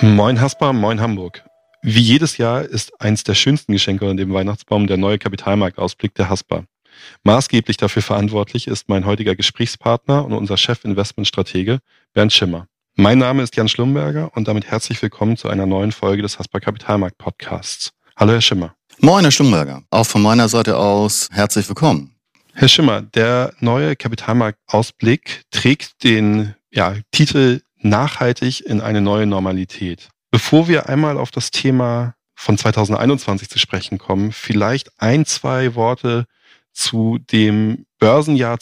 Moin Haspa, moin Hamburg. Wie jedes Jahr ist eins der schönsten Geschenke unter dem Weihnachtsbaum der neue Kapitalmarktausblick der Haspa. Maßgeblich dafür verantwortlich ist mein heutiger Gesprächspartner und unser Chef-Investmentstratege Bernd Schimmer. Mein Name ist Jan Schlumberger und damit herzlich willkommen zu einer neuen Folge des Haspa Kapitalmarkt Podcasts. Hallo Herr Schimmer. Moin Herr Schlumberger, auch von meiner Seite aus herzlich willkommen. Herr Schimmer, der neue Kapitalmarktausblick trägt den Titel Nachhaltig in eine neue Normalität. Bevor wir einmal auf das Thema von 2021 zu sprechen kommen, vielleicht ein, zwei Worte zu dem Börsenjahr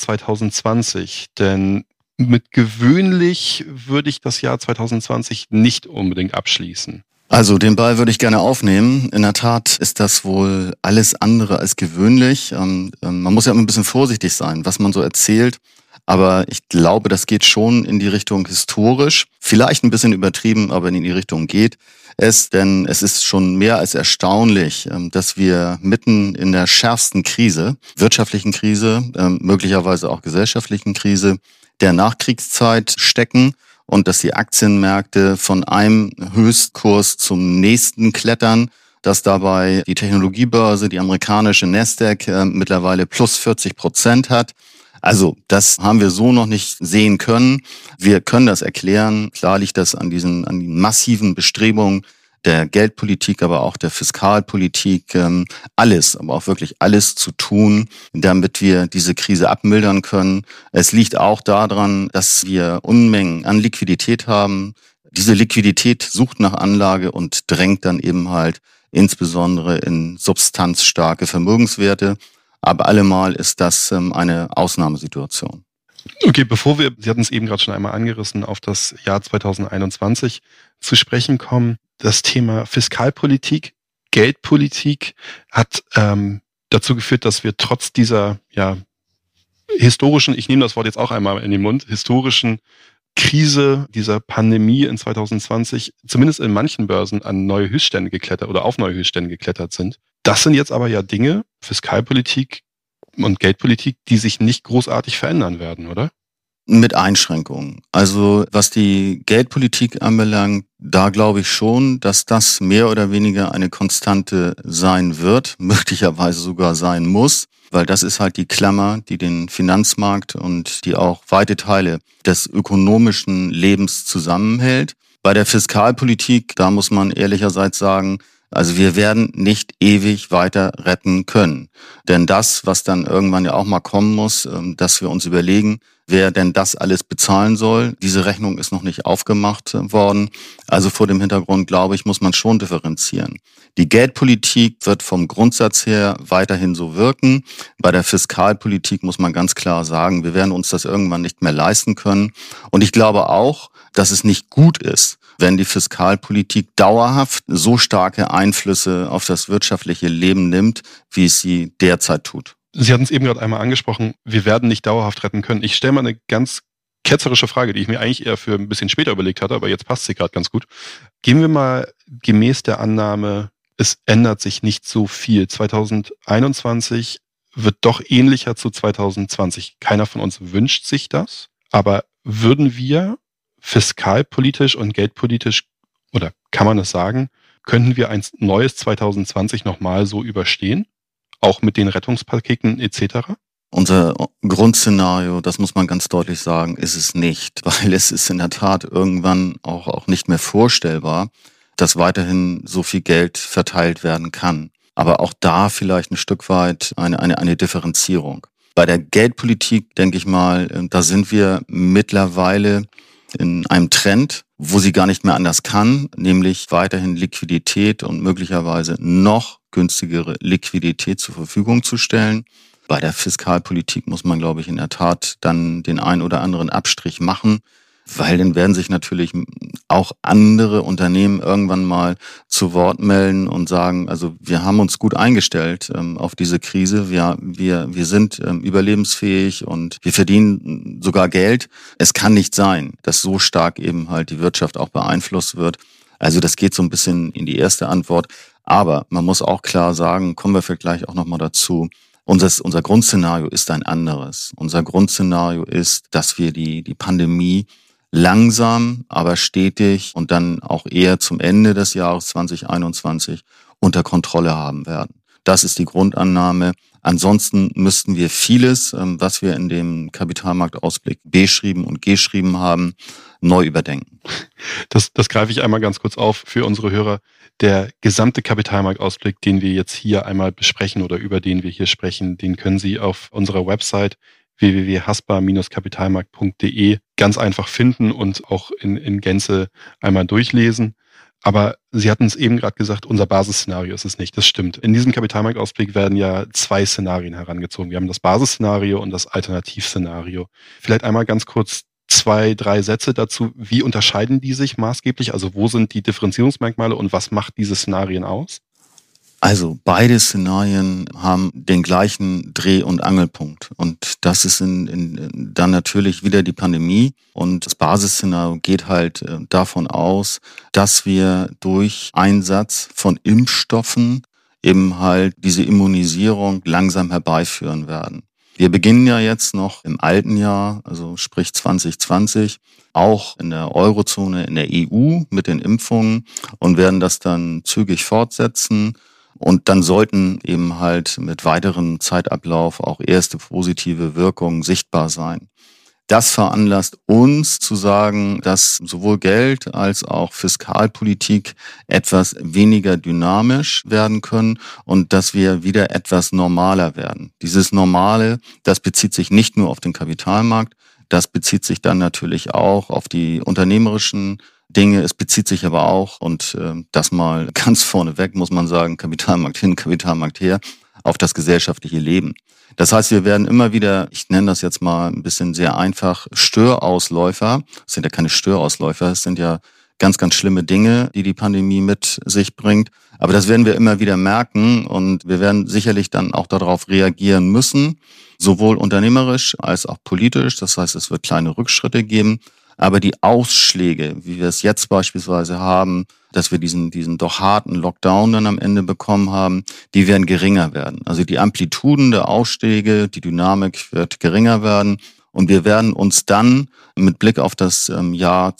2020. Denn mit gewöhnlich würde ich das Jahr 2020 nicht unbedingt abschließen. Also den Ball würde ich gerne aufnehmen. In der Tat ist das wohl alles andere als gewöhnlich. Man muss ja immer ein bisschen vorsichtig sein, was man so erzählt. Aber ich glaube, das geht schon in die Richtung historisch. Vielleicht ein bisschen übertrieben, aber in die Richtung geht es. Denn es ist schon mehr als erstaunlich, dass wir mitten in der schärfsten Krise, wirtschaftlichen Krise, möglicherweise auch gesellschaftlichen Krise der Nachkriegszeit stecken. Und dass die Aktienmärkte von einem Höchstkurs zum nächsten klettern, dass dabei die Technologiebörse, die amerikanische Nasdaq, mittlerweile plus 40% hat. Also das haben wir so noch nicht sehen können. Wir können das erklären. Klar liegt das an den massiven Bestrebungen der Geldpolitik, aber auch der Fiskalpolitik, alles, aber auch wirklich alles zu tun, damit wir diese Krise abmildern können. Es liegt auch daran, dass wir Unmengen an Liquidität haben. Diese Liquidität sucht nach Anlage und drängt dann eben halt insbesondere in substanzstarke Vermögenswerte. Aber allemal ist das eine Ausnahmesituation. Okay, Sie hatten es eben gerade schon einmal angerissen, auf das Jahr 2021 zu sprechen kommen. Das Thema Fiskalpolitik, Geldpolitik hat dazu geführt, dass wir trotz dieser historischen, ich nehme das Wort jetzt auch einmal in den Mund, historischen Krise, dieser Pandemie in 2020, zumindest in manchen Börsen an neue Höchststände geklettert oder auf neue Höchststände geklettert sind. Das sind jetzt aber ja Dinge, Fiskalpolitik und Geldpolitik, die sich nicht großartig verändern werden, oder? Mit Einschränkungen. Also was die Geldpolitik anbelangt, da glaube ich schon, dass das mehr oder weniger eine Konstante sein wird, möglicherweise sogar sein muss, weil das ist halt die Klammer, die den Finanzmarkt und die auch weite Teile des ökonomischen Lebens zusammenhält. Bei der Fiskalpolitik, da muss man ehrlicherseits sagen, also wir werden nicht ewig weiter retten können. Denn das, was dann irgendwann ja auch mal kommen muss, dass wir uns überlegen, wer denn das alles bezahlen soll. Diese Rechnung ist noch nicht aufgemacht worden. Also vor dem Hintergrund, glaube ich, muss man schon differenzieren. Die Geldpolitik wird vom Grundsatz her weiterhin so wirken. Bei der Fiskalpolitik muss man ganz klar sagen, wir werden uns das irgendwann nicht mehr leisten können. Und ich glaube auch, dass es nicht gut ist, wenn die Fiskalpolitik dauerhaft so starke Einflüsse auf das wirtschaftliche Leben nimmt, wie es sie derzeit tut. Sie hatten es eben gerade einmal angesprochen, wir werden nicht dauerhaft retten können. Ich stelle mal eine ganz ketzerische Frage, die ich mir eigentlich eher für ein bisschen später überlegt hatte, aber jetzt passt sie gerade ganz gut. Gehen wir mal gemäß der Annahme, es ändert sich nicht so viel. 2021 wird doch ähnlicher zu 2020. Keiner von uns wünscht sich das, aber würden wir fiskalpolitisch und geldpolitisch, oder kann man es sagen, könnten wir ein neues 2020 nochmal so überstehen? Auch mit den Rettungspaketen etc.? Unser Grundszenario, das muss man ganz deutlich sagen, ist es nicht, weil es ist in der Tat irgendwann auch nicht mehr vorstellbar, dass weiterhin so viel Geld verteilt werden kann. Aber auch da vielleicht ein Stück weit eine Differenzierung. Bei der Geldpolitik, denke ich mal, da sind wir mittlerweile in einem Trend, wo sie gar nicht mehr anders kann, nämlich weiterhin Liquidität und möglicherweise noch günstigere Liquidität zur Verfügung zu stellen. Bei der Fiskalpolitik muss man, glaube ich, in der Tat dann den ein oder anderen Abstrich machen, weil dann werden sich natürlich auch andere Unternehmen irgendwann mal zu Wort melden und sagen, also wir haben uns gut eingestellt auf diese Krise, wir sind überlebensfähig und wir verdienen sogar Geld. Es kann nicht sein, dass so stark eben halt die Wirtschaft auch beeinflusst wird. Also das geht so ein bisschen in die erste Antwort. Aber man muss auch klar sagen, kommen wir vielleicht gleich auch nochmal dazu, unser Grundszenario ist ein anderes. Unser Grundszenario ist, dass wir die Pandemie langsam, aber stetig und dann auch eher zum Ende des Jahres 2021 unter Kontrolle haben werden. Das ist die Grundannahme. Ansonsten müssten wir vieles, was wir in dem Kapitalmarktausblick beschrieben und geschrieben haben, neu überdenken. Das greife ich einmal ganz kurz auf für unsere Hörer. Der gesamte Kapitalmarktausblick, den wir jetzt hier einmal besprechen oder über den wir hier sprechen, den können Sie auf unserer Website www.haspa-kapitalmarkt.de ganz einfach finden und auch in Gänze einmal durchlesen. Aber Sie hatten es eben gerade gesagt, unser Basisszenario ist es nicht. Das stimmt. In diesem Kapitalmarktausblick werden ja 2 Szenarien herangezogen. Wir haben das Basisszenario und das Alternativszenario. Vielleicht einmal ganz kurz 2, 3 Sätze dazu. Wie unterscheiden die sich maßgeblich? Also wo sind die Differenzierungsmerkmale und was macht diese Szenarien aus? Also beide Szenarien haben den gleichen Dreh- und Angelpunkt. Und das ist dann natürlich wieder die Pandemie. Und das Basisszenario geht halt davon aus, dass wir durch Einsatz von Impfstoffen eben halt diese Immunisierung langsam herbeiführen werden. Wir beginnen ja jetzt noch im alten Jahr, also sprich 2020, auch in der Eurozone, in der EU mit den Impfungen und werden das dann zügig fortsetzen. Und dann sollten eben halt mit weiterem Zeitablauf auch erste positive Wirkungen sichtbar sein. Das veranlasst uns zu sagen, dass sowohl Geld als auch Fiskalpolitik etwas weniger dynamisch werden können und dass wir wieder etwas normaler werden. Dieses Normale, das bezieht sich nicht nur auf den Kapitalmarkt, das bezieht sich dann natürlich auch auf die unternehmerischen Dinge. Es bezieht sich aber auch, und das mal ganz vorneweg muss man sagen, Kapitalmarkt hin, Kapitalmarkt her, auf das gesellschaftliche Leben. Das heißt, wir werden immer wieder, ich nenne das jetzt mal ein bisschen sehr einfach, Störausläufer. Es sind ja keine Störausläufer, es sind ja ganz, ganz schlimme Dinge, die die Pandemie mit sich bringt. Aber das werden wir immer wieder merken und wir werden sicherlich dann auch darauf reagieren müssen, sowohl unternehmerisch als auch politisch. Das heißt, es wird kleine Rückschritte geben. Aber die Ausschläge, wie wir es jetzt beispielsweise haben, dass wir diesen doch harten Lockdown dann am Ende bekommen haben, die werden geringer werden. Also die Amplituden der Ausschläge, die Dynamik wird geringer werden. Und wir werden uns dann mit Blick auf das Jahr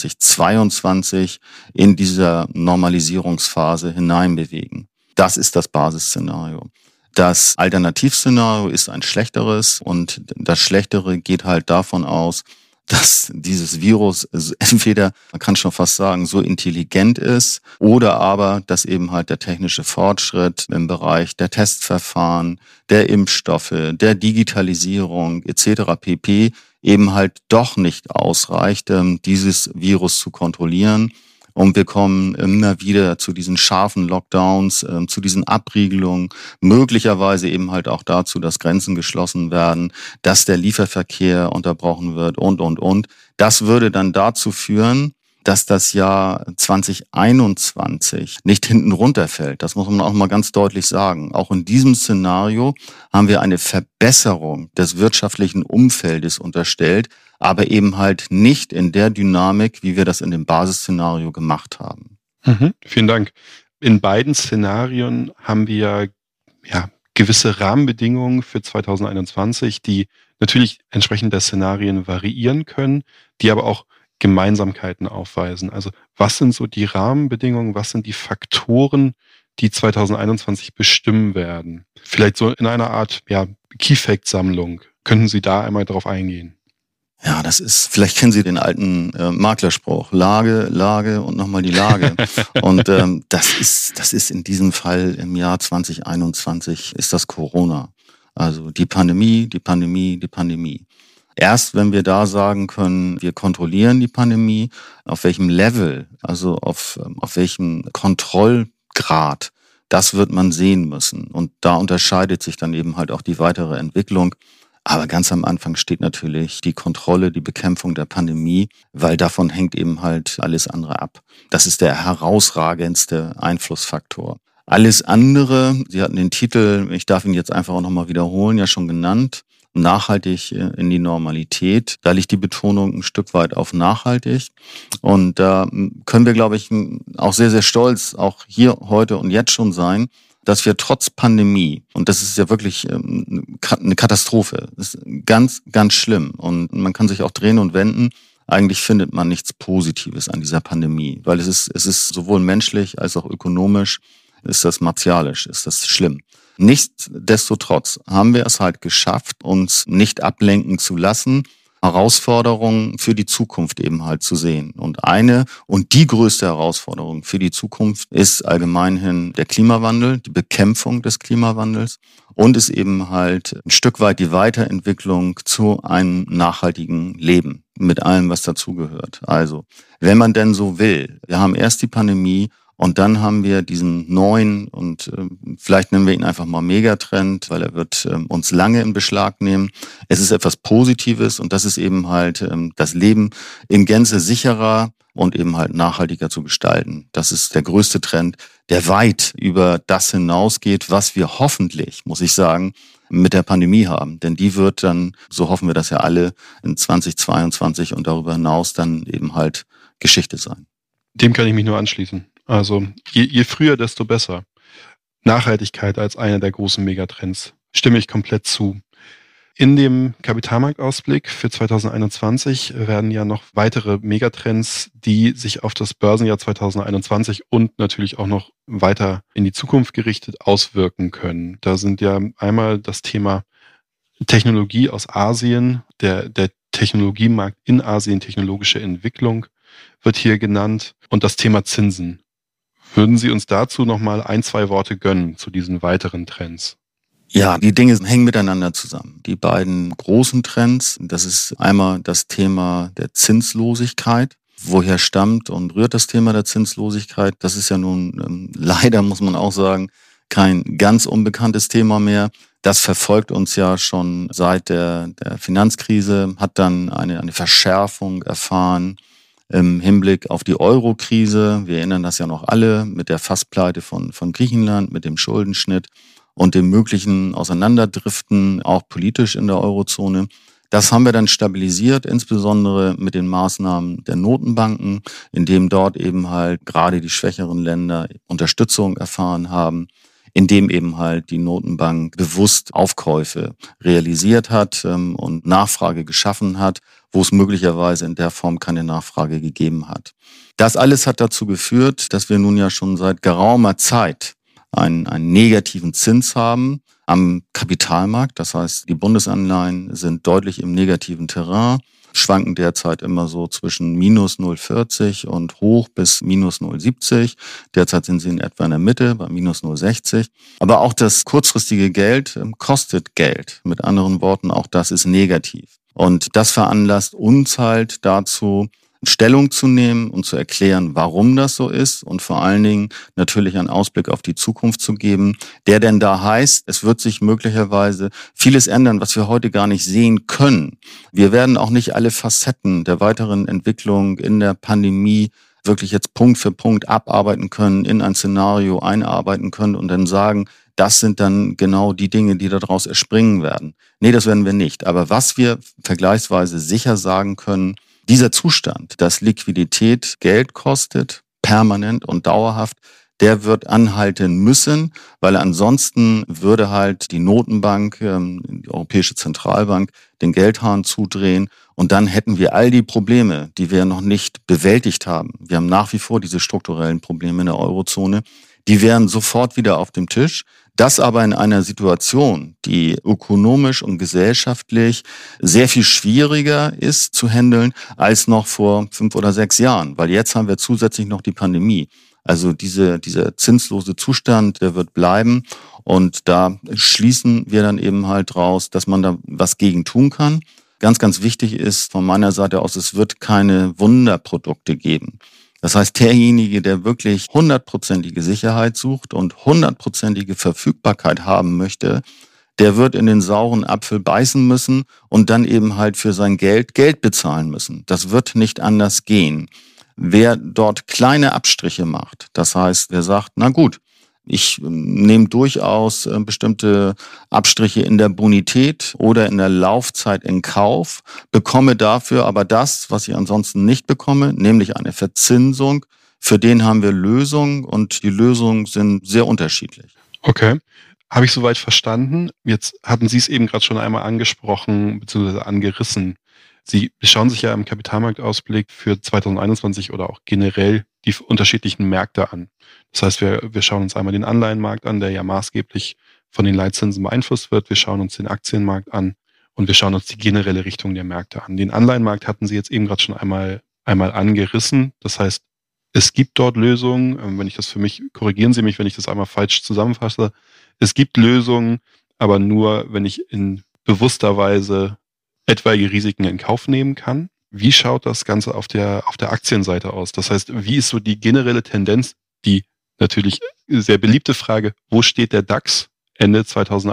2022 in dieser Normalisierungsphase hineinbewegen. Das ist das Basisszenario. Das Alternativszenario ist ein schlechteres und das Schlechtere geht halt davon aus, dass dieses Virus entweder, man kann schon fast sagen, so intelligent ist oder aber, dass eben halt der technische Fortschritt im Bereich der Testverfahren, der Impfstoffe, der Digitalisierung etc. pp. Eben halt doch nicht ausreicht, dieses Virus zu kontrollieren. Und wir kommen immer wieder zu diesen scharfen Lockdowns, zu diesen Abriegelungen, möglicherweise eben halt auch dazu, dass Grenzen geschlossen werden, dass der Lieferverkehr unterbrochen wird und. Das würde dann dazu führen, dass das Jahr 2021 nicht hinten runterfällt. Das muss man auch mal ganz deutlich sagen. Auch in diesem Szenario haben wir eine Verbesserung des wirtschaftlichen Umfeldes unterstellt, aber eben halt nicht in der Dynamik, wie wir das in dem Basisszenario gemacht haben. Vielen Dank. In beiden Szenarien haben wir gewisse Rahmenbedingungen für 2021, die natürlich entsprechend der Szenarien variieren können, die aber auch Gemeinsamkeiten aufweisen. Also was sind so die Rahmenbedingungen, was sind die Faktoren, die 2021 bestimmen werden? Vielleicht so in einer Art Key-Fact-Sammlung. Könnten Sie da einmal drauf eingehen? Ja, das ist, vielleicht kennen Sie den alten Maklerspruch, Lage und nochmal die Lage. Und das ist in diesem Fall im Jahr 2021 ist das Corona. Also die Pandemie. Erst wenn wir da sagen können, wir kontrollieren die Pandemie, auf welchem Level, also auf welchem Kontrollgrad, das wird man sehen müssen. Und da unterscheidet sich dann eben halt auch die weitere Entwicklung. Aber ganz am Anfang steht natürlich die Kontrolle, die Bekämpfung der Pandemie, weil davon hängt eben halt alles andere ab. Das ist der herausragendste Einflussfaktor. Alles andere, Sie hatten den Titel, ich darf ihn jetzt einfach auch nochmal wiederholen, ja schon genannt, nachhaltig in die Normalität. Da liegt die Betonung ein Stück weit auf nachhaltig. Und da können wir, glaube ich, auch sehr, sehr stolz, auch hier, heute und jetzt schon sein, dass wir trotz Pandemie, und das ist ja wirklich eine Katastrophe, das ist ganz, ganz schlimm und man kann sich auch drehen und wenden, eigentlich findet man nichts Positives an dieser Pandemie, weil es ist sowohl menschlich als auch ökonomisch, ist das martialisch, ist das schlimm. Nichtsdestotrotz haben wir es halt geschafft, uns nicht ablenken zu lassen, Herausforderungen für die Zukunft eben halt zu sehen. Und die größte Herausforderung für die Zukunft ist allgemeinhin der Klimawandel, die Bekämpfung des Klimawandels und ist eben halt ein Stück weit die Weiterentwicklung zu einem nachhaltigen Leben mit allem, was dazugehört. Also, wenn man denn so will, wir haben erst die Pandemie und dann haben wir diesen neuen und vielleicht nennen wir ihn einfach mal Megatrend, weil er wird uns lange in Beschlag nehmen. Es ist etwas Positives und das ist eben halt das Leben in Gänze sicherer und eben halt nachhaltiger zu gestalten. Das ist der größte Trend, der weit über das hinausgeht, was wir hoffentlich, muss ich sagen, mit der Pandemie haben. Denn die wird dann, so hoffen wir das ja alle, in 2022 und darüber hinaus dann eben halt Geschichte sein. Dem kann ich mich nur anschließen. Also je früher, desto besser. Nachhaltigkeit als einer der großen Megatrends. Stimme ich komplett zu. In dem Kapitalmarktausblick für 2021 werden ja noch weitere Megatrends, die sich auf das Börsenjahr 2021 und natürlich auch noch weiter in die Zukunft gerichtet auswirken können. Da sind ja einmal das Thema Technologie aus Asien, der Technologiemarkt in Asien, technologische Entwicklung wird hier genannt und das Thema Zinsen. Würden Sie uns dazu nochmal 1-2 Worte gönnen zu diesen weiteren Trends? Ja, die Dinge hängen miteinander zusammen. Die beiden großen Trends, das ist einmal das Thema der Zinslosigkeit. Woher stammt und rührt das Thema der Zinslosigkeit? Das ist ja nun leider, muss man auch sagen, kein ganz unbekanntes Thema mehr. Das verfolgt uns ja schon seit der Finanzkrise, hat dann eine Verschärfung erfahren im Hinblick auf die Euro-Krise. Wir erinnern das ja noch alle mit der Fasspleite von Griechenland, mit dem Schuldenschnitt und dem möglichen Auseinanderdriften, auch politisch in der Eurozone. Das haben wir dann stabilisiert, insbesondere mit den Maßnahmen der Notenbanken, indem dort eben halt gerade die schwächeren Länder Unterstützung erfahren haben, indem eben halt die Notenbank bewusst Aufkäufe realisiert hat und Nachfrage geschaffen hat, wo es möglicherweise in der Form keine Nachfrage gegeben hat. Das alles hat dazu geführt, dass wir nun ja schon seit geraumer Zeit einen negativen Zins haben am Kapitalmarkt. Das heißt, die Bundesanleihen sind deutlich im negativen Terrain, schwanken derzeit immer so zwischen minus 0,40 und hoch bis minus 0,70. Derzeit sind sie in etwa in der Mitte bei minus 0,60. Aber auch das kurzfristige Geld kostet Geld. Mit anderen Worten, auch das ist negativ. Und das veranlasst uns halt dazu, Stellung zu nehmen und zu erklären, warum das so ist und vor allen Dingen natürlich einen Ausblick auf die Zukunft zu geben, der denn da heißt, es wird sich möglicherweise vieles ändern, was wir heute gar nicht sehen können. Wir werden auch nicht alle Facetten der weiteren Entwicklung in der Pandemie wirklich jetzt Punkt für Punkt abarbeiten können, in ein Szenario einarbeiten können und dann sagen, das sind dann genau die Dinge, die daraus erspringen werden. Nee, das werden wir nicht. Aber was wir vergleichsweise sicher sagen können, dieser Zustand, dass Liquidität Geld kostet, permanent und dauerhaft, der wird anhalten müssen, weil ansonsten würde halt die Notenbank, die Europäische Zentralbank, den Geldhahn zudrehen und dann hätten wir all die Probleme, die wir noch nicht bewältigt haben. Wir haben nach wie vor diese strukturellen Probleme in der Eurozone, die wären sofort wieder auf dem Tisch. Das aber in einer Situation, die ökonomisch und gesellschaftlich sehr viel schwieriger ist zu handeln als noch vor 5 oder 6 Jahren. Weil jetzt haben wir zusätzlich noch die Pandemie. Also dieser zinslose Zustand, der wird bleiben. Und da schließen wir dann eben halt raus, dass man da was gegen tun kann. Ganz, ganz wichtig ist von meiner Seite aus, es wird keine Wunderprodukte geben. Das heißt, derjenige, der wirklich 100%ige Sicherheit sucht und 100%ige Verfügbarkeit haben möchte, der wird in den sauren Apfel beißen müssen und dann eben halt für sein Geld bezahlen müssen. Das wird nicht anders gehen. Wer dort kleine Abstriche macht, das heißt, wer sagt, na gut, ich nehme durchaus bestimmte Abstriche in der Bonität oder in der Laufzeit in Kauf, bekomme dafür aber das, was ich ansonsten nicht bekomme, nämlich eine Verzinsung. Für den haben wir Lösungen und die Lösungen sind sehr unterschiedlich. Okay. Habe ich soweit verstanden? Jetzt hatten Sie es eben gerade schon einmal angesprochen bzw. angerissen. Sie schauen sich ja im Kapitalmarktausblick für 2021 oder auch generell die unterschiedlichen Märkte an. Das heißt, wir schauen uns einmal den Anleihenmarkt an, der ja maßgeblich von den Leitzinsen beeinflusst wird. Wir schauen uns den Aktienmarkt an und wir schauen uns die generelle Richtung der Märkte an. Den Anleihenmarkt hatten Sie jetzt eben gerade schon einmal angerissen. Das heißt, es gibt dort Lösungen. Wenn ich das für mich, korrigieren Sie mich, wenn ich das einmal falsch zusammenfasse. Es gibt Lösungen, aber nur, wenn ich in bewusster Weise etwaige Risiken in Kauf nehmen kann. Wie schaut das Ganze auf der Aktienseite aus? Das heißt, wie ist so die generelle Tendenz, die natürlich sehr beliebte Frage, wo steht der DAX Ende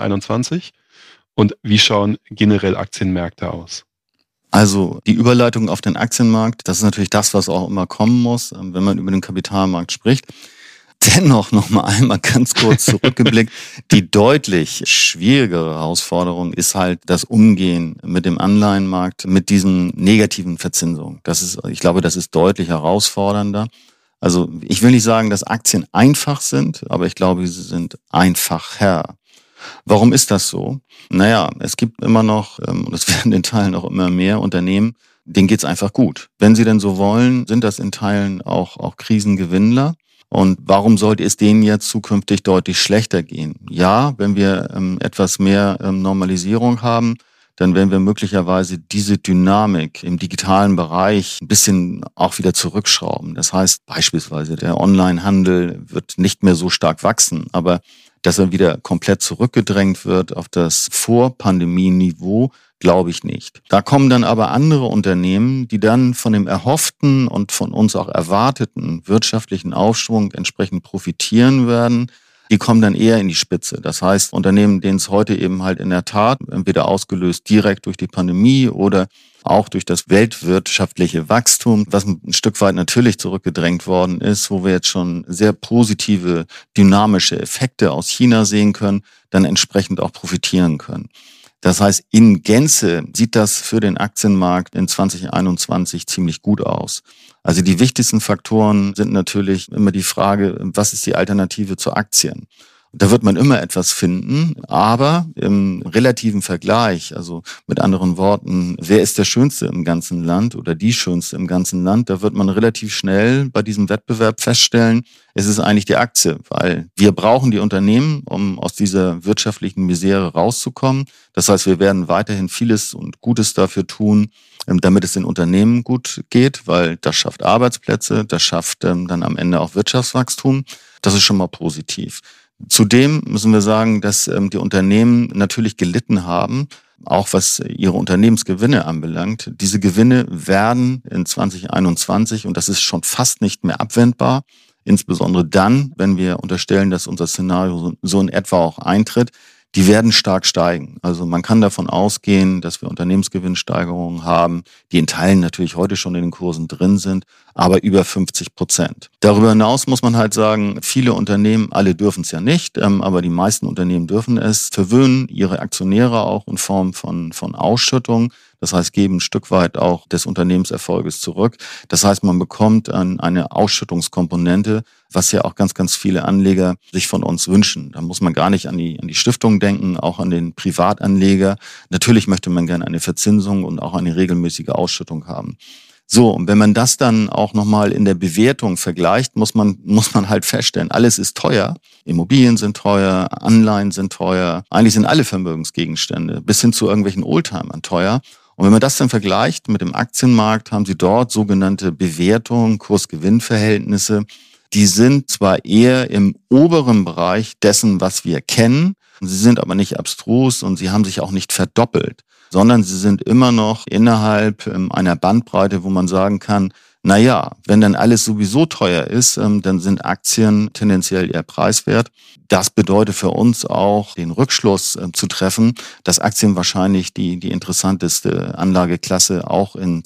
2021 und wie schauen generell Aktienmärkte aus? Also die Überleitung auf den Aktienmarkt, das ist natürlich das, was auch immer kommen muss, wenn man über den Kapitalmarkt spricht. Dennoch noch mal einmal ganz kurz zurückgeblickt. Die deutlich schwierigere Herausforderung ist halt das Umgehen mit dem Anleihenmarkt, mit diesen negativen Verzinsungen. Ich glaube, das ist deutlich herausfordernder. Also ich will nicht sagen, dass Aktien einfach sind, aber ich glaube, sie sind einfacher. Warum ist das so? Naja, es gibt immer noch, und es werden in Teilen auch immer mehr Unternehmen, denen geht's einfach gut. Wenn sie denn so wollen, sind das in Teilen auch Krisengewinnler. Und warum sollte es denen jetzt zukünftig deutlich schlechter gehen? Ja, wenn wir etwas mehr Normalisierung haben, dann werden wir möglicherweise diese Dynamik im digitalen Bereich ein bisschen auch wieder zurückschrauben. Das heißt beispielsweise, der Onlinehandel wird nicht mehr so stark wachsen, aber dass er wieder komplett zurückgedrängt wird auf das Vor-Pandemie-Niveau, glaube ich nicht. Da kommen dann aber andere Unternehmen, die dann von dem erhofften und von uns auch erwarteten wirtschaftlichen Aufschwung entsprechend profitieren werden. Die kommen dann eher in die Spitze. Das heißt, Unternehmen, denen es heute eben halt in der Tat entweder ausgelöst direkt durch die Pandemie oder auch durch das weltwirtschaftliche Wachstum, was ein Stück weit natürlich zurückgedrängt worden ist, wo wir jetzt schon sehr positive, dynamische Effekte aus China sehen können, dann entsprechend auch profitieren können. Das heißt, in Gänze sieht das für den Aktienmarkt in 2021 ziemlich gut aus. Also die wichtigsten Faktoren sind natürlich immer die Frage, was ist die Alternative zu Aktien? Da wird man immer etwas finden, aber im relativen Vergleich, also mit anderen Worten, wer ist der Schönste im ganzen Land oder die Schönste im ganzen Land, da wird man relativ schnell bei diesem Wettbewerb feststellen, es ist eigentlich die Aktie, weil wir brauchen die Unternehmen, um aus dieser wirtschaftlichen Misere rauszukommen. Das heißt, wir werden weiterhin vieles und Gutes dafür tun, damit es den Unternehmen gut geht, weil das schafft Arbeitsplätze, das schafft dann am Ende auch Wirtschaftswachstum. Das ist schon mal positiv. Zudem müssen wir sagen, dass die Unternehmen natürlich gelitten haben, auch was ihre Unternehmensgewinne anbelangt. Diese Gewinne werden in 2021, und das ist schon fast nicht mehr abwendbar, insbesondere dann, wenn wir unterstellen, dass unser Szenario so in etwa auch eintritt, die werden stark steigen. Also man kann davon ausgehen, dass wir Unternehmensgewinnsteigerungen haben, die in Teilen natürlich heute schon in den Kursen drin sind, aber über 50%. Darüber hinaus muss man halt sagen, viele Unternehmen, alle dürfen es ja nicht, aber die meisten Unternehmen dürfen es, verwöhnen ihre Aktionäre auch in Form von Ausschüttung. Das heißt, geben ein Stück weit auch des Unternehmenserfolges zurück. Das heißt, man bekommt eine Ausschüttungskomponente, was ja auch ganz, ganz viele Anleger sich von uns wünschen. Da muss man gar nicht an die Stiftung denken, auch an den Privatanleger. Natürlich möchte man gerne eine Verzinsung und auch eine regelmäßige Ausschüttung haben. So, und wenn man das dann auch nochmal in der Bewertung vergleicht, muss man halt feststellen, alles ist teuer. Immobilien sind teuer, Anleihen sind teuer. Eigentlich sind alle Vermögensgegenstände bis hin zu irgendwelchen Oldtimern teuer. Und wenn man das dann vergleicht mit dem Aktienmarkt, haben Sie dort sogenannte Bewertungen, Kurs-Gewinn-Verhältnisse. Die sind zwar eher im oberen Bereich dessen, was wir kennen, sie sind aber nicht abstrus und sie haben sich auch nicht verdoppelt, sondern sie sind immer noch innerhalb einer Bandbreite, wo man sagen kann, naja, wenn dann alles sowieso teuer ist, dann sind Aktien tendenziell eher preiswert. Das bedeutet für uns auch, den Rückschluss zu treffen, dass Aktien wahrscheinlich die interessanteste Anlageklasse auch in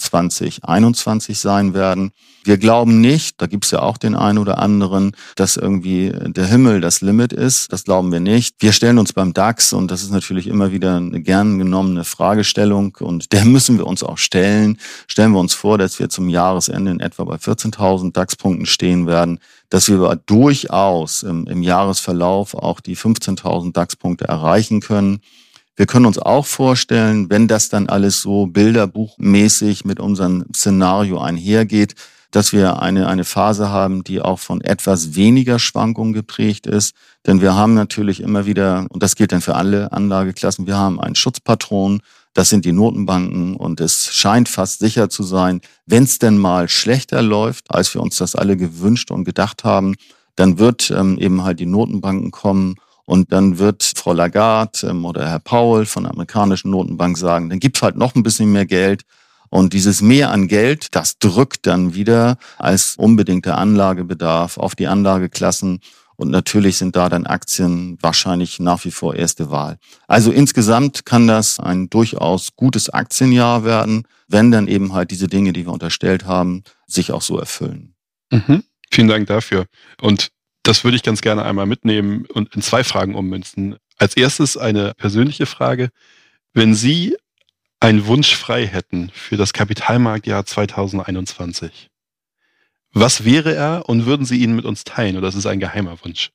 2021 sein werden. Wir glauben nicht, da gibt's ja auch den einen oder anderen, dass irgendwie der Himmel das Limit ist. Das glauben wir nicht. Wir stellen uns beim DAX, und das ist natürlich immer wieder eine gern genommene Fragestellung, und der müssen wir uns auch stellen. Stellen wir uns vor, dass wir zum Jahresende in etwa bei 14.000 DAX-Punkten stehen werden, dass wir aber durchaus im Jahresverlauf auch die 15.000 DAX-Punkte erreichen können. Wir können uns auch vorstellen, wenn das dann alles so bilderbuchmäßig mit unserem Szenario einhergeht, dass wir eine Phase haben, die auch von etwas weniger Schwankungen geprägt ist. Denn wir haben natürlich immer wieder, und das gilt dann für alle Anlageklassen, wir haben einen Schutzpatron, das sind die Notenbanken, und es scheint fast sicher zu sein, wenn es denn mal schlechter läuft, als wir uns das alle gewünscht und gedacht haben, dann wird eben halt die Notenbanken kommen. Und dann wird Frau Lagarde oder Herr Powell von der amerikanischen Notenbank sagen, dann gibt's halt noch ein bisschen mehr Geld. Und dieses Mehr an Geld, das drückt dann wieder als unbedingter Anlagebedarf auf die Anlageklassen. Und natürlich sind da dann Aktien wahrscheinlich nach wie vor erste Wahl. Also insgesamt kann das ein durchaus gutes Aktienjahr werden, wenn dann eben halt diese Dinge, die wir unterstellt haben, sich auch so erfüllen. Vielen Dank dafür. Und das würde ich ganz gerne einmal mitnehmen und in 2 Fragen ummünzen. Als erstes eine persönliche Frage. Wenn Sie einen Wunsch frei hätten für das Kapitalmarktjahr 2021, was wäre er und würden Sie ihn mit uns teilen oder ist es ein geheimer Wunsch?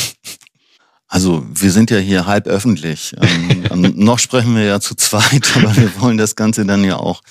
Also wir sind ja hier halb öffentlich. Noch sprechen wir ja zu zweit, aber wir wollen das Ganze dann ja auch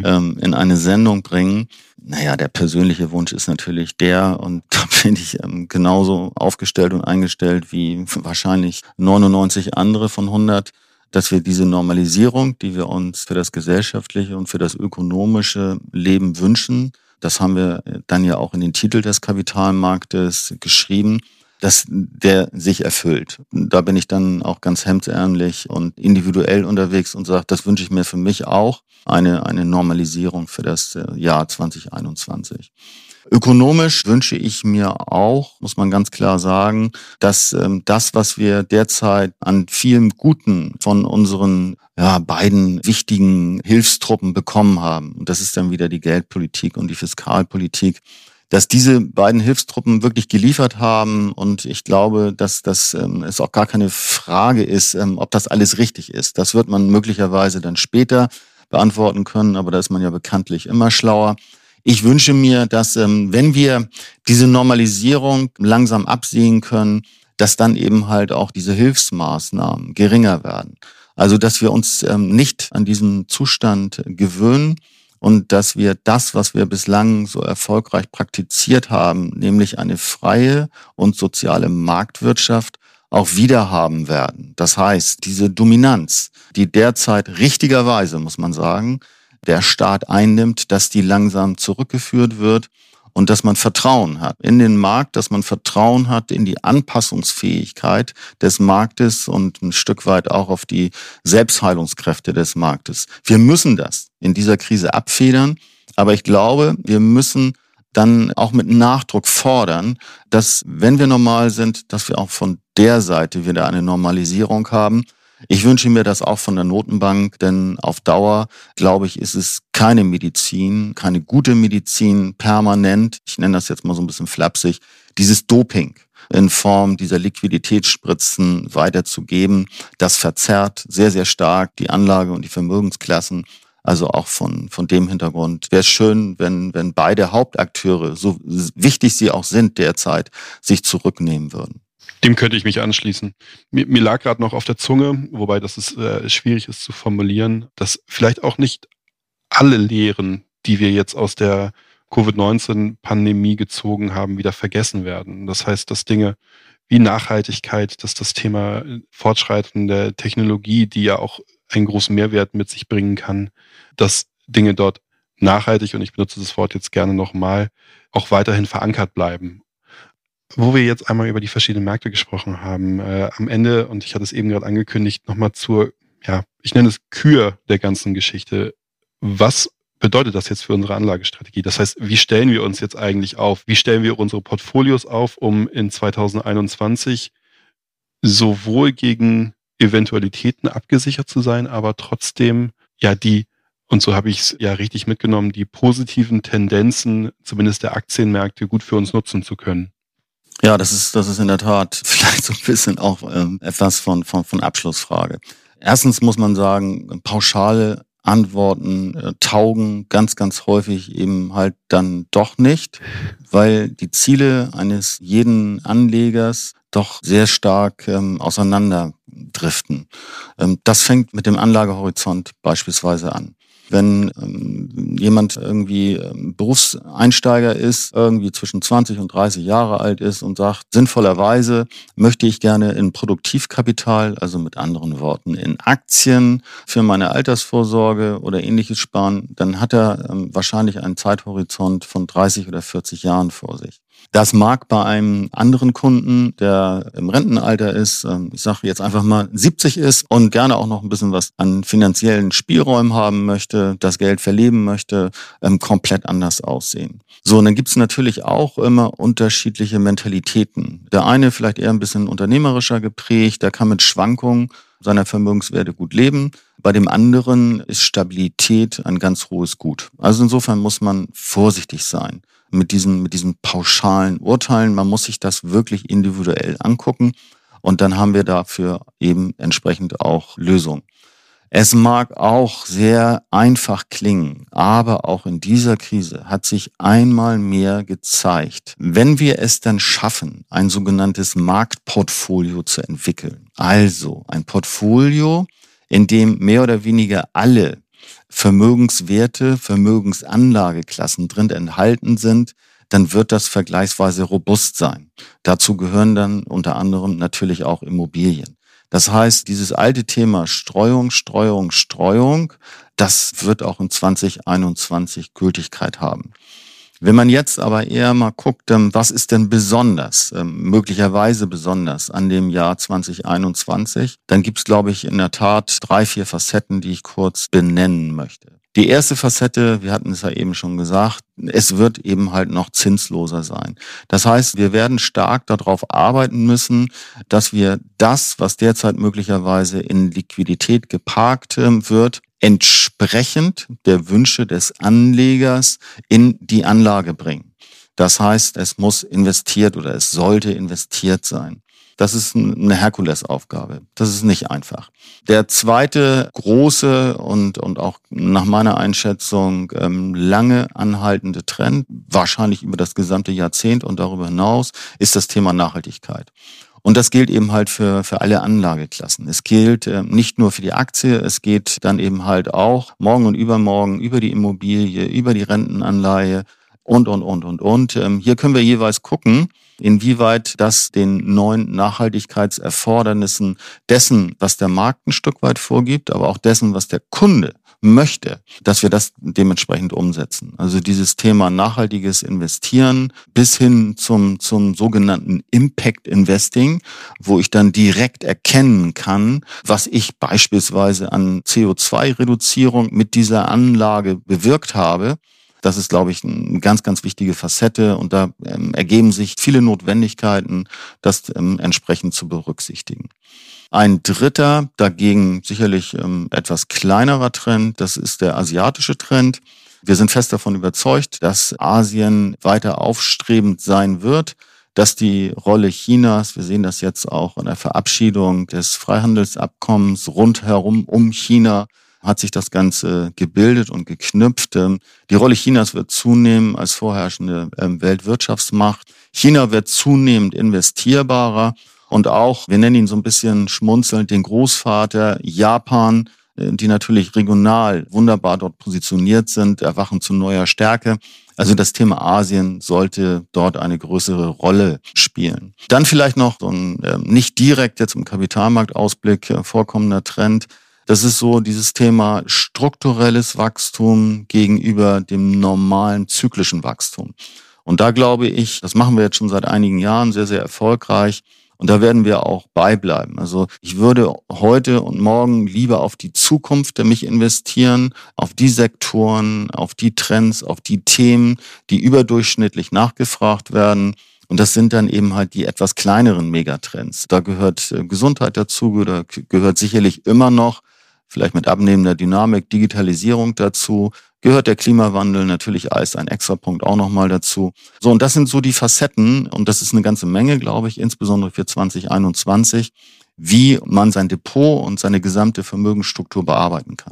in eine Sendung bringen. Naja, der persönliche Wunsch ist natürlich der, und da bin ich genauso aufgestellt und eingestellt wie wahrscheinlich 99 andere von 100, dass wir diese Normalisierung, die wir uns für das gesellschaftliche und für das ökonomische Leben wünschen, das haben wir dann ja auch in den Titel des Kapitalmarktes geschrieben, dass der sich erfüllt. Da bin ich dann auch ganz hemdsärmlich und individuell unterwegs und sage, das wünsche ich mir für mich auch, eine Normalisierung für das Jahr 2021. Ökonomisch wünsche ich mir auch, muss man ganz klar sagen, dass das, was wir derzeit an vielem Guten von unseren beiden wichtigen Hilfstruppen bekommen haben, und das ist dann wieder die Geldpolitik und die Fiskalpolitik, dass diese beiden Hilfstruppen wirklich geliefert haben, und ich glaube, dass es auch gar keine Frage ist, ob das alles richtig ist. Das wird man möglicherweise dann später beantworten können, aber da ist man ja bekanntlich immer schlauer. Ich wünsche mir, dass wenn wir diese Normalisierung langsam absehen können, dass dann eben halt auch diese Hilfsmaßnahmen geringer werden. Also dass wir uns nicht an diesen Zustand gewöhnen, und dass wir das, was wir bislang so erfolgreich praktiziert haben, nämlich eine freie und soziale Marktwirtschaft, auch wieder haben werden. Das heißt, diese Dominanz, die derzeit richtigerweise, muss man sagen, der Staat einnimmt, dass die langsam zurückgeführt wird und dass man Vertrauen hat in den Markt, dass man Vertrauen hat in die Anpassungsfähigkeit des Marktes und ein Stück weit auch auf die Selbstheilungskräfte des Marktes. Wir müssen das in dieser Krise abfedern, aber ich glaube, wir müssen dann auch mit Nachdruck fordern, dass, wenn wir normal sind, dass wir auch von der Seite wieder eine Normalisierung haben. Ich wünsche mir das auch von der Notenbank, denn auf Dauer, glaube ich, ist es keine Medizin, keine gute Medizin permanent, ich nenne das jetzt mal so ein bisschen flapsig, dieses Doping in Form dieser Liquiditätsspritzen weiterzugeben. Das verzerrt sehr, sehr stark die Anlage und die Vermögensklassen. Also auch von dem Hintergrund wäre es schön, wenn beide Hauptakteure, so wichtig sie auch sind derzeit, sich zurücknehmen würden. Dem könnte ich mich anschließen. Mir lag gerade noch auf der Zunge, wobei das ist schwierig ist zu formulieren, dass vielleicht auch nicht alle Lehren, die wir jetzt aus der Covid-19-Pandemie gezogen haben, wieder vergessen werden. Das heißt, dass Dinge wie Nachhaltigkeit, dass das Thema fortschreitende Technologie, die ja auch einen großen Mehrwert mit sich bringen kann, dass Dinge dort nachhaltig, und ich benutze das Wort jetzt gerne nochmal, auch weiterhin verankert bleiben. Wo wir jetzt einmal über die verschiedenen Märkte gesprochen haben, am Ende, und ich hatte es eben gerade angekündigt, nochmal zur, ich nenne es Kür der ganzen Geschichte. Was bedeutet das jetzt für unsere Anlagestrategie? Das heißt, wie stellen wir uns jetzt eigentlich auf? Wie stellen wir unsere Portfolios auf, um in 2021 sowohl gegen Eventualitäten abgesichert zu sein, aber trotzdem und so habe ich es ja richtig mitgenommen, die positiven Tendenzen, zumindest der Aktienmärkte, gut für uns nutzen zu können? Ja, das ist in der Tat vielleicht so ein bisschen auch etwas von Abschlussfrage. Erstens muss man sagen, pauschale Antworten taugen ganz, ganz häufig eben halt dann doch nicht, weil die Ziele eines jeden Anlegers doch sehr stark auseinander driften. Das fängt mit dem Anlagehorizont beispielsweise an. Wenn jemand irgendwie Berufseinsteiger ist, irgendwie zwischen 20 und 30 Jahre alt ist und sagt, sinnvollerweise möchte ich gerne in Produktivkapital, also mit anderen Worten in Aktien für meine Altersvorsorge oder ähnliches sparen, dann hat er wahrscheinlich einen Zeithorizont von 30 oder 40 Jahren vor sich. Das mag bei einem anderen Kunden, der im Rentenalter ist, ich sage jetzt einfach mal 70 ist und gerne auch noch ein bisschen was an finanziellen Spielräumen haben möchte, das Geld verleben möchte, komplett anders aussehen. So, und dann gibt's natürlich auch immer unterschiedliche Mentalitäten. Der eine vielleicht eher ein bisschen unternehmerischer geprägt, der kann mit Schwankungen seiner Vermögenswerte gut leben. Bei dem anderen ist Stabilität ein ganz hohes Gut. Also insofern muss man vorsichtig sein mit diesen pauschalen Urteilen. Man muss sich das wirklich individuell angucken und dann haben wir dafür eben entsprechend auch Lösungen. Es mag auch sehr einfach klingen, aber auch in dieser Krise hat sich einmal mehr gezeigt, wenn wir es dann schaffen, ein sogenanntes Marktportfolio zu entwickeln, also ein Portfolio, in dem mehr oder weniger alle Vermögenswerte, Vermögensanlageklassen drin enthalten sind, dann wird das vergleichsweise robust sein. Dazu gehören dann unter anderem natürlich auch Immobilien. Das heißt, dieses alte Thema Streuung, das wird auch in 2021 Gültigkeit haben. Wenn man jetzt aber eher mal guckt, was ist denn besonders, möglicherweise besonders an dem Jahr 2021, dann gibt's, glaube ich, in der Tat 3, 4 Facetten, die ich kurz benennen möchte. Die erste Facette, wir hatten es ja eben schon gesagt, es wird eben halt noch zinsloser sein. Das heißt, wir werden stark darauf arbeiten müssen, dass wir das, was derzeit möglicherweise in Liquidität geparkt wird, entsprechend der Wünsche des Anlegers in die Anlage bringen. Das heißt, es muss investiert oder es sollte investiert sein. Das ist eine Herkulesaufgabe. Das ist nicht einfach. Der zweite große und auch nach meiner Einschätzung lange anhaltende Trend, wahrscheinlich über das gesamte Jahrzehnt und darüber hinaus, ist das Thema Nachhaltigkeit. Und das gilt eben halt für alle Anlageklassen. Es gilt nicht nur für die Aktie, es geht dann eben halt auch morgen und übermorgen über die Immobilie, über die Rentenanleihe und. Hier können wir jeweils gucken, inwieweit das den neuen Nachhaltigkeitserfordernissen dessen, was der Markt ein Stück weit vorgibt, aber auch dessen, was der Kunde möchte, dass wir das dementsprechend umsetzen. Also dieses Thema nachhaltiges Investieren bis hin zum sogenannten Impact Investing, wo ich dann direkt erkennen kann, was ich beispielsweise an CO2-Reduzierung mit dieser Anlage bewirkt habe. Das ist, glaube ich, eine ganz, ganz wichtige Facette und da ergeben sich viele Notwendigkeiten, das entsprechend zu berücksichtigen. Ein dritter, dagegen sicherlich etwas kleinerer Trend, das ist der asiatische Trend. Wir sind fest davon überzeugt, dass Asien weiter aufstrebend sein wird, dass die Rolle Chinas, wir sehen das jetzt auch in der Verabschiedung des Freihandelsabkommens rundherum um China, hat sich das Ganze gebildet und geknüpft. Die Rolle Chinas wird zunehmen als vorherrschende Weltwirtschaftsmacht. China wird zunehmend investierbarer und auch, wir nennen ihn so ein bisschen schmunzelnd, den Großvater Japan, die natürlich regional wunderbar dort positioniert sind, erwachen zu neuer Stärke. Also das Thema Asien sollte dort eine größere Rolle spielen. Dann vielleicht noch so ein nicht direkt jetzt im Kapitalmarktausblick vorkommender Trend. Das ist so dieses Thema strukturelles Wachstum gegenüber dem normalen zyklischen Wachstum. Und da glaube ich, das machen wir jetzt schon seit einigen Jahren sehr, sehr erfolgreich. Und da werden wir auch beibleiben. Also ich würde heute und morgen lieber auf die Zukunft mich investieren, auf die Sektoren, auf die Trends, auf die Themen, die überdurchschnittlich nachgefragt werden. Und das sind dann eben halt die etwas kleineren Megatrends. Da gehört Gesundheit dazu, da gehört sicherlich immer noch, vielleicht mit abnehmender Dynamik, Digitalisierung dazu, gehört der Klimawandel natürlich als ein extra Punkt auch nochmal dazu. So, und das sind so die Facetten, und das ist eine ganze Menge, glaube ich, insbesondere für 2021, wie man sein Depot und seine gesamte Vermögensstruktur bearbeiten kann.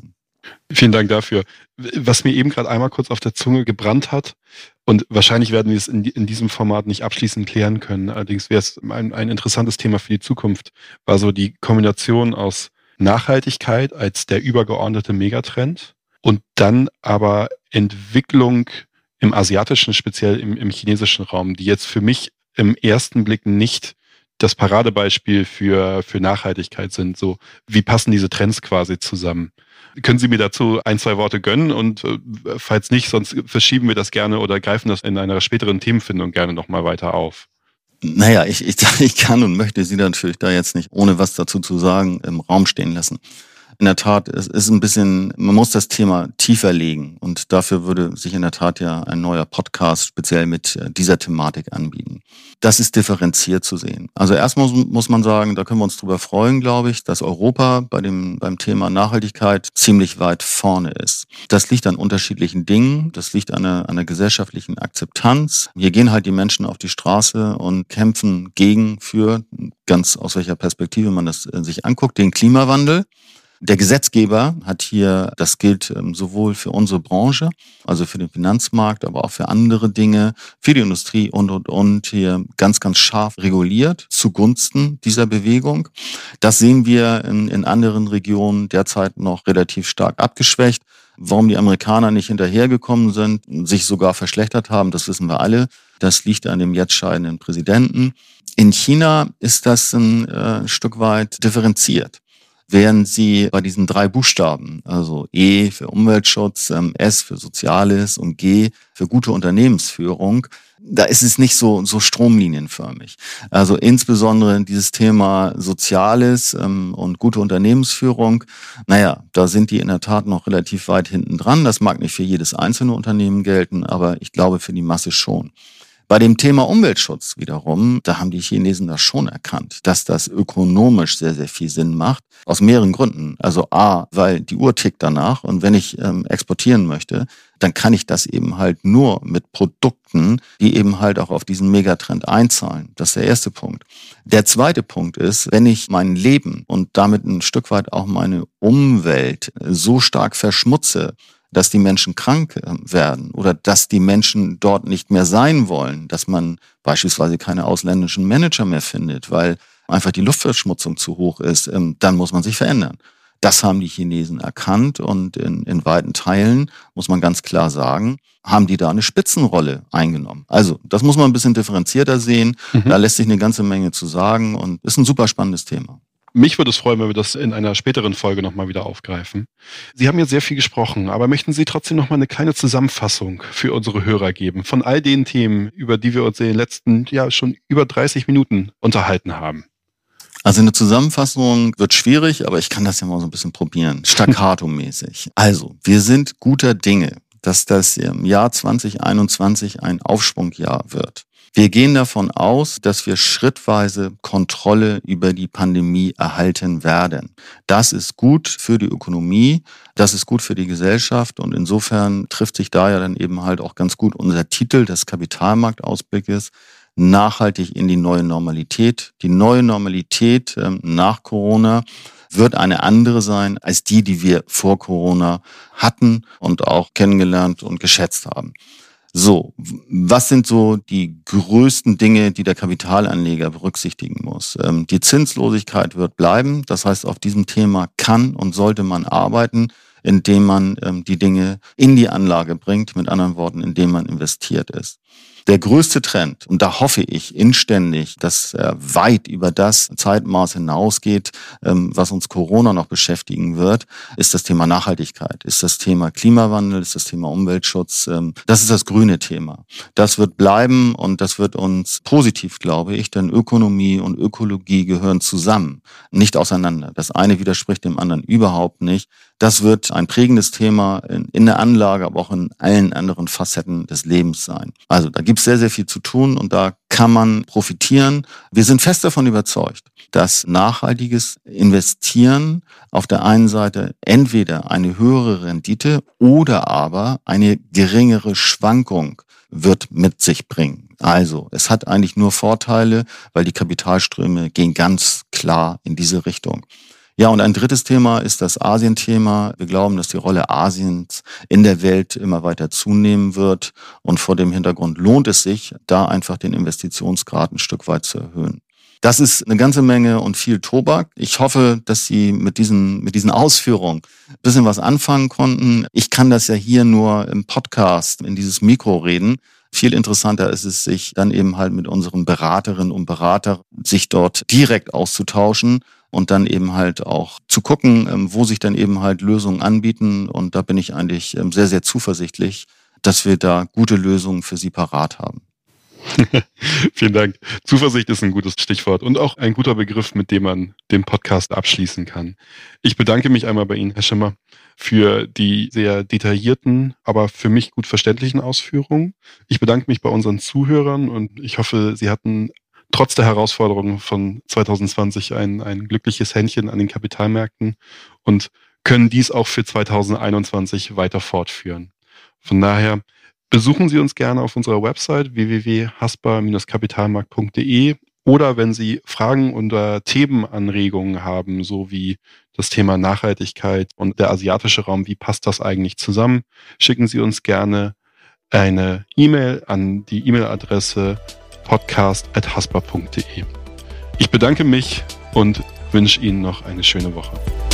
Vielen Dank dafür. Was mir eben gerade einmal kurz auf der Zunge gebrannt hat, und wahrscheinlich werden wir es in diesem Format nicht abschließend klären können, allerdings wäre es ein interessantes Thema für die Zukunft, war so die Kombination aus Nachhaltigkeit als der übergeordnete Megatrend und dann aber Entwicklung im asiatischen, speziell im chinesischen Raum, die jetzt für mich im ersten Blick nicht das Paradebeispiel für Nachhaltigkeit sind. So, wie passen diese Trends quasi zusammen? Können Sie mir dazu ein, zwei Worte gönnen? Und falls nicht, sonst verschieben wir das gerne oder greifen das in einer späteren Themenfindung gerne nochmal weiter auf. Naja, ich kann und möchte Sie natürlich da jetzt nicht, ohne was dazu zu sagen, im Raum stehen lassen. In der Tat, es ist ein bisschen, man muss das Thema tiefer legen und dafür würde sich in der Tat ja ein neuer Podcast speziell mit dieser Thematik anbieten. Das ist differenziert zu sehen. Also erstmal muss man sagen, da können wir uns drüber freuen, glaube ich, dass Europa beim Thema Nachhaltigkeit ziemlich weit vorne ist. Das liegt an unterschiedlichen Dingen, das liegt an einer gesellschaftlichen Akzeptanz. Hier gehen halt die Menschen auf die Straße und kämpfen für, ganz aus welcher Perspektive man das sich anguckt, den Klimawandel. Der Gesetzgeber hat hier, das gilt sowohl für unsere Branche, also für den Finanzmarkt, aber auch für andere Dinge, für die Industrie und hier ganz, ganz scharf reguliert zugunsten dieser Bewegung. Das sehen wir in anderen Regionen derzeit noch relativ stark abgeschwächt. Warum die Amerikaner nicht hinterhergekommen sind, sich sogar verschlechtert haben, das wissen wir alle. Das liegt an dem jetzt scheidenden Präsidenten. In China ist das ein Stück weit differenziert. Während sie bei diesen 3 Buchstaben, also E für Umweltschutz, S für Soziales und G für gute Unternehmensführung, da ist es nicht so stromlinienförmig. Also insbesondere dieses Thema Soziales und gute Unternehmensführung, naja, da sind die in der Tat noch relativ weit hinten dran. Das mag nicht für jedes einzelne Unternehmen gelten, aber ich glaube für die Masse schon. Bei dem Thema Umweltschutz wiederum, da haben die Chinesen das schon erkannt, dass das ökonomisch sehr, sehr viel Sinn macht. Aus mehreren Gründen. Also A, weil die Uhr tickt danach und wenn ich exportieren möchte, dann kann ich das eben halt nur mit Produkten, die eben halt auch auf diesen Megatrend einzahlen. Das ist der erste Punkt. Der zweite Punkt ist, wenn ich mein Leben und damit ein Stück weit auch meine Umwelt so stark verschmutze, dass die Menschen krank werden oder dass die Menschen dort nicht mehr sein wollen, dass man beispielsweise keine ausländischen Manager mehr findet, weil einfach die Luftverschmutzung zu hoch ist, dann muss man sich verändern. Das haben die Chinesen erkannt und in weiten Teilen, muss man ganz klar sagen, haben die da eine Spitzenrolle eingenommen. Also das muss man ein bisschen differenzierter sehen, Da lässt sich eine ganze Menge zu sagen und ist ein super spannendes Thema. Mich würde es freuen, wenn wir das in einer späteren Folge nochmal wieder aufgreifen. Sie haben jetzt sehr viel gesprochen, aber möchten Sie trotzdem nochmal eine kleine Zusammenfassung für unsere Hörer geben von all den Themen, über die wir uns in den letzten, schon über 30 Minuten unterhalten haben? Also eine Zusammenfassung wird schwierig, aber ich kann das ja mal so ein bisschen probieren, staccato-mäßig. Also, wir sind guter Dinge, dass das im Jahr 2021 ein Aufschwungjahr wird. Wir gehen davon aus, dass wir schrittweise Kontrolle über die Pandemie erhalten werden. Das ist gut für die Ökonomie, das ist gut für die Gesellschaft und insofern trifft sich da ja dann eben halt auch ganz gut unser Titel des Kapitalmarktausblickes, nachhaltig in die neue Normalität. Die neue Normalität nach Corona wird eine andere sein als die wir vor Corona hatten und auch kennengelernt und geschätzt haben. So, was sind so die größten Dinge, die der Kapitalanleger berücksichtigen muss? Die Zinslosigkeit wird bleiben. Das heißt, auf diesem Thema kann und sollte man arbeiten, indem man die Dinge in die Anlage bringt. Mit anderen Worten, indem man investiert ist. Der größte Trend, und da hoffe ich inständig, dass er weit über das Zeitmaß hinausgeht, was uns Corona noch beschäftigen wird, ist das Thema Nachhaltigkeit, ist das Thema Klimawandel, ist das Thema Umweltschutz. Das ist das grüne Thema. Das wird bleiben und das wird uns positiv, glaube ich, denn Ökonomie und Ökologie gehören zusammen, nicht auseinander. Das eine widerspricht dem anderen überhaupt nicht. Das wird ein prägendes Thema in der Anlage, aber auch in allen anderen Facetten des Lebens sein. Also da gibt es sehr, sehr viel zu tun und da kann man profitieren. Wir sind fest davon überzeugt, dass nachhaltiges Investieren auf der einen Seite entweder eine höhere Rendite oder aber eine geringere Schwankung wird mit sich bringen. Also es hat eigentlich nur Vorteile, weil die Kapitalströme gehen ganz klar in diese Richtung. Ja, und ein drittes Thema ist das Asien-Thema. Wir glauben, dass die Rolle Asiens in der Welt immer weiter zunehmen wird. Und vor dem Hintergrund lohnt es sich, da einfach den Investitionsgrad ein Stück weit zu erhöhen. Das ist eine ganze Menge und viel Tobak. Ich hoffe, dass Sie mit diesen Ausführungen ein bisschen was anfangen konnten. Ich kann das ja hier nur im Podcast, in dieses Mikro reden. Viel interessanter ist es, sich dann eben halt mit unseren Beraterinnen und Beratern sich dort direkt auszutauschen und dann eben halt auch zu gucken, wo sich dann eben halt Lösungen anbieten. Und da bin ich eigentlich sehr, sehr zuversichtlich, dass wir da gute Lösungen für Sie parat haben. Vielen Dank. Zuversicht ist ein gutes Stichwort und auch ein guter Begriff, mit dem man den Podcast abschließen kann. Ich bedanke mich einmal bei Ihnen, Herr Schimmer, für die sehr detaillierten, aber für mich gut verständlichen Ausführungen. Ich bedanke mich bei unseren Zuhörern und ich hoffe, Sie hatten trotz der Herausforderungen von 2020 ein glückliches Händchen an den Kapitalmärkten und können dies auch für 2021 weiter fortführen. Von daher besuchen Sie uns gerne auf unserer Website www.haspa-kapitalmarkt.de oder wenn Sie Fragen oder Themenanregungen haben, so wie das Thema Nachhaltigkeit und der asiatische Raum, wie passt das eigentlich zusammen, schicken Sie uns gerne eine E-Mail an die E-Mail-Adresse podcast@haspa.de. Ich bedanke mich und wünsche Ihnen noch eine schöne Woche.